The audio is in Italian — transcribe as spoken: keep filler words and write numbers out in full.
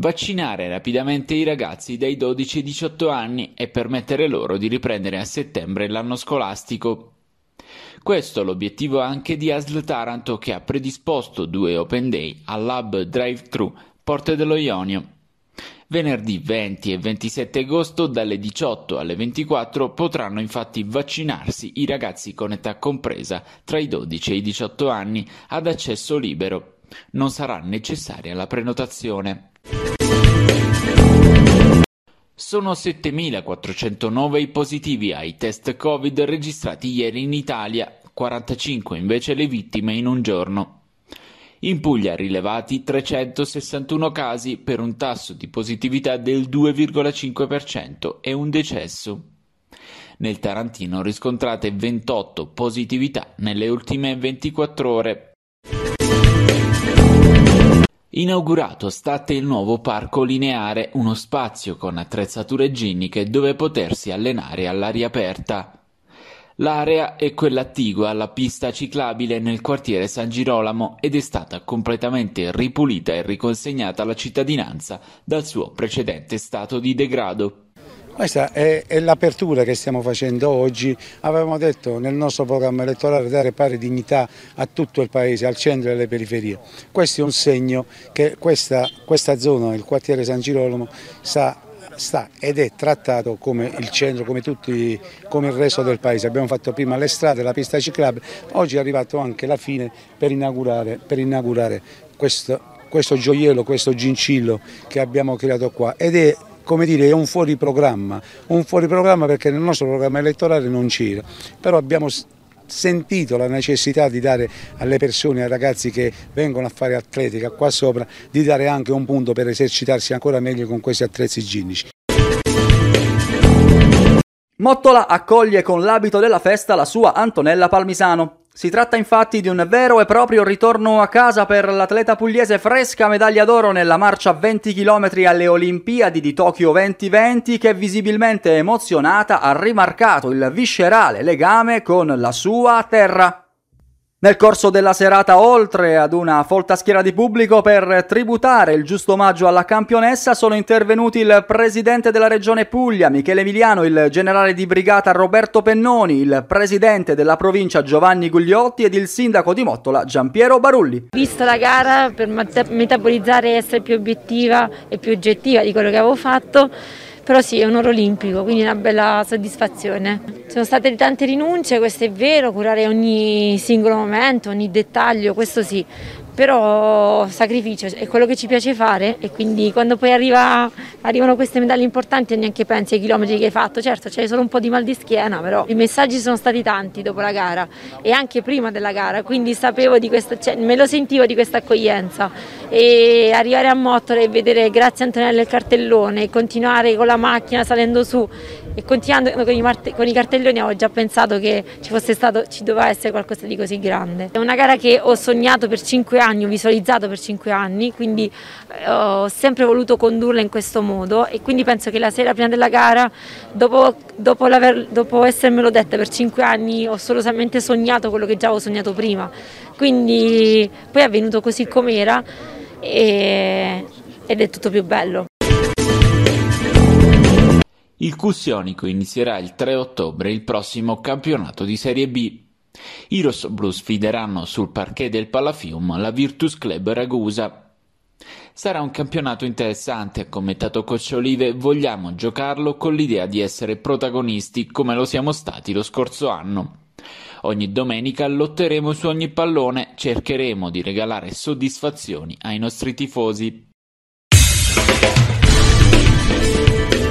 vaccinare rapidamente i ragazzi dai dodici ai diciotto anni e permettere loro di riprendere a settembre l'anno scolastico. Questo è l'obiettivo anche di A S L Taranto, che ha predisposto due Open Day al Lab Drive-Thru Porte dello Ionio. Venerdì venti e ventisette agosto dalle diciotto alle ventiquattro potranno infatti vaccinarsi i ragazzi con età compresa tra i dodici e i diciotto anni ad accesso libero. Non sarà necessaria la prenotazione. Sono settemilaquattrocentonove i positivi ai test Covid registrati ieri in Italia, quarantacinque invece le vittime in un giorno. In Puglia rilevati trecentosessantuno casi per un tasso di positività del due virgola cinque per cento e un decesso. Nel Tarantino riscontrate ventotto positività nelle ultime ventiquattro ore. Inaugurato State il nuovo parco lineare, uno spazio con attrezzature ginniche dove potersi allenare all'aria aperta. L'area è quella attigua alla pista ciclabile nel quartiere San Girolamo ed è stata completamente ripulita e riconsegnata alla cittadinanza dal suo precedente stato di degrado. Questa è, è l'apertura che stiamo facendo oggi. Avevamo detto nel nostro programma elettorale dare pari dignità a tutto il paese, al centro e alle periferie. Questo è un segno che questa, questa zona, il quartiere San Girolamo, sta, sta ed è trattato come il centro, come, tutti, come il resto del paese. Abbiamo fatto prima le strade, la pista ciclabile, oggi è arrivato anche la fine per inaugurare, per inaugurare questo, questo gioiello, questo gincillo che abbiamo creato qua. Ed è, come dire, è un fuori programma, un fuori programma perché nel nostro programma elettorale non c'era, però abbiamo sentito la necessità di dare alle persone, ai ragazzi che vengono a fare atletica qua sopra, di dare anche un punto per esercitarsi ancora meglio con questi attrezzi ginnici. Mottola accoglie con l'abito della festa la sua Antonella Palmisano. Si tratta infatti di un vero e proprio ritorno a casa per l'atleta pugliese, fresca medaglia d'oro nella marcia venti chilometri alle Olimpiadi di Tokyo duemilaventi, che visibilmente emozionata ha rimarcato il viscerale legame con la sua terra. Nel corso della serata, oltre ad una folta schiera di pubblico per tributare il giusto omaggio alla campionessa, sono intervenuti il presidente della regione Puglia, Michele Emiliano, il generale di brigata Roberto Pennoni, il presidente della provincia Giovanni Gugliotti ed il sindaco di Mottola Giampiero Barulli. Visto la gara, per metabolizzare e essere più obiettiva e più oggettiva di quello che avevo fatto, però sì, è un oro olimpico, quindi una bella soddisfazione. Sono state tante rinunce, questo è vero, curare ogni singolo momento, ogni dettaglio, questo sì, però sacrificio è quello che ci piace fare e quindi quando poi arriva, arrivano queste medaglie importanti neanche pensi ai chilometri che hai fatto. Certo c'è solo un po' di mal di schiena, però i messaggi sono stati tanti dopo la gara e anche prima della gara, quindi sapevo di questa, cioè, me lo sentivo di questa accoglienza, e arrivare a Mottola e vedere grazie Antonella il cartellone e continuare con la macchina salendo su e continuando con i, con i cartelloni, ho già pensato che ci fosse stato, ci doveva essere qualcosa di così grande. È una gara che ho sognato per cinque anni, ho visualizzato per cinque anni, quindi eh, ho sempre voluto condurla in questo modo e quindi penso che la sera prima della gara, dopo, dopo, dopo essermelo detta per cinque anni, ho solamente sognato quello che già avevo sognato prima, quindi poi è avvenuto così com'era e, ed è tutto più bello. Il Cussionico inizierà il tre ottobre il prossimo campionato di Serie B. I rossoblù sfideranno sul parquet del Palafium la Virtus Club Ragusa. Sarà un campionato interessante, ha commentato Coach Olive. Vogliamo giocarlo con l'idea di essere protagonisti come lo siamo stati lo scorso anno. Ogni domenica lotteremo su ogni pallone, cercheremo di regalare soddisfazioni ai nostri tifosi.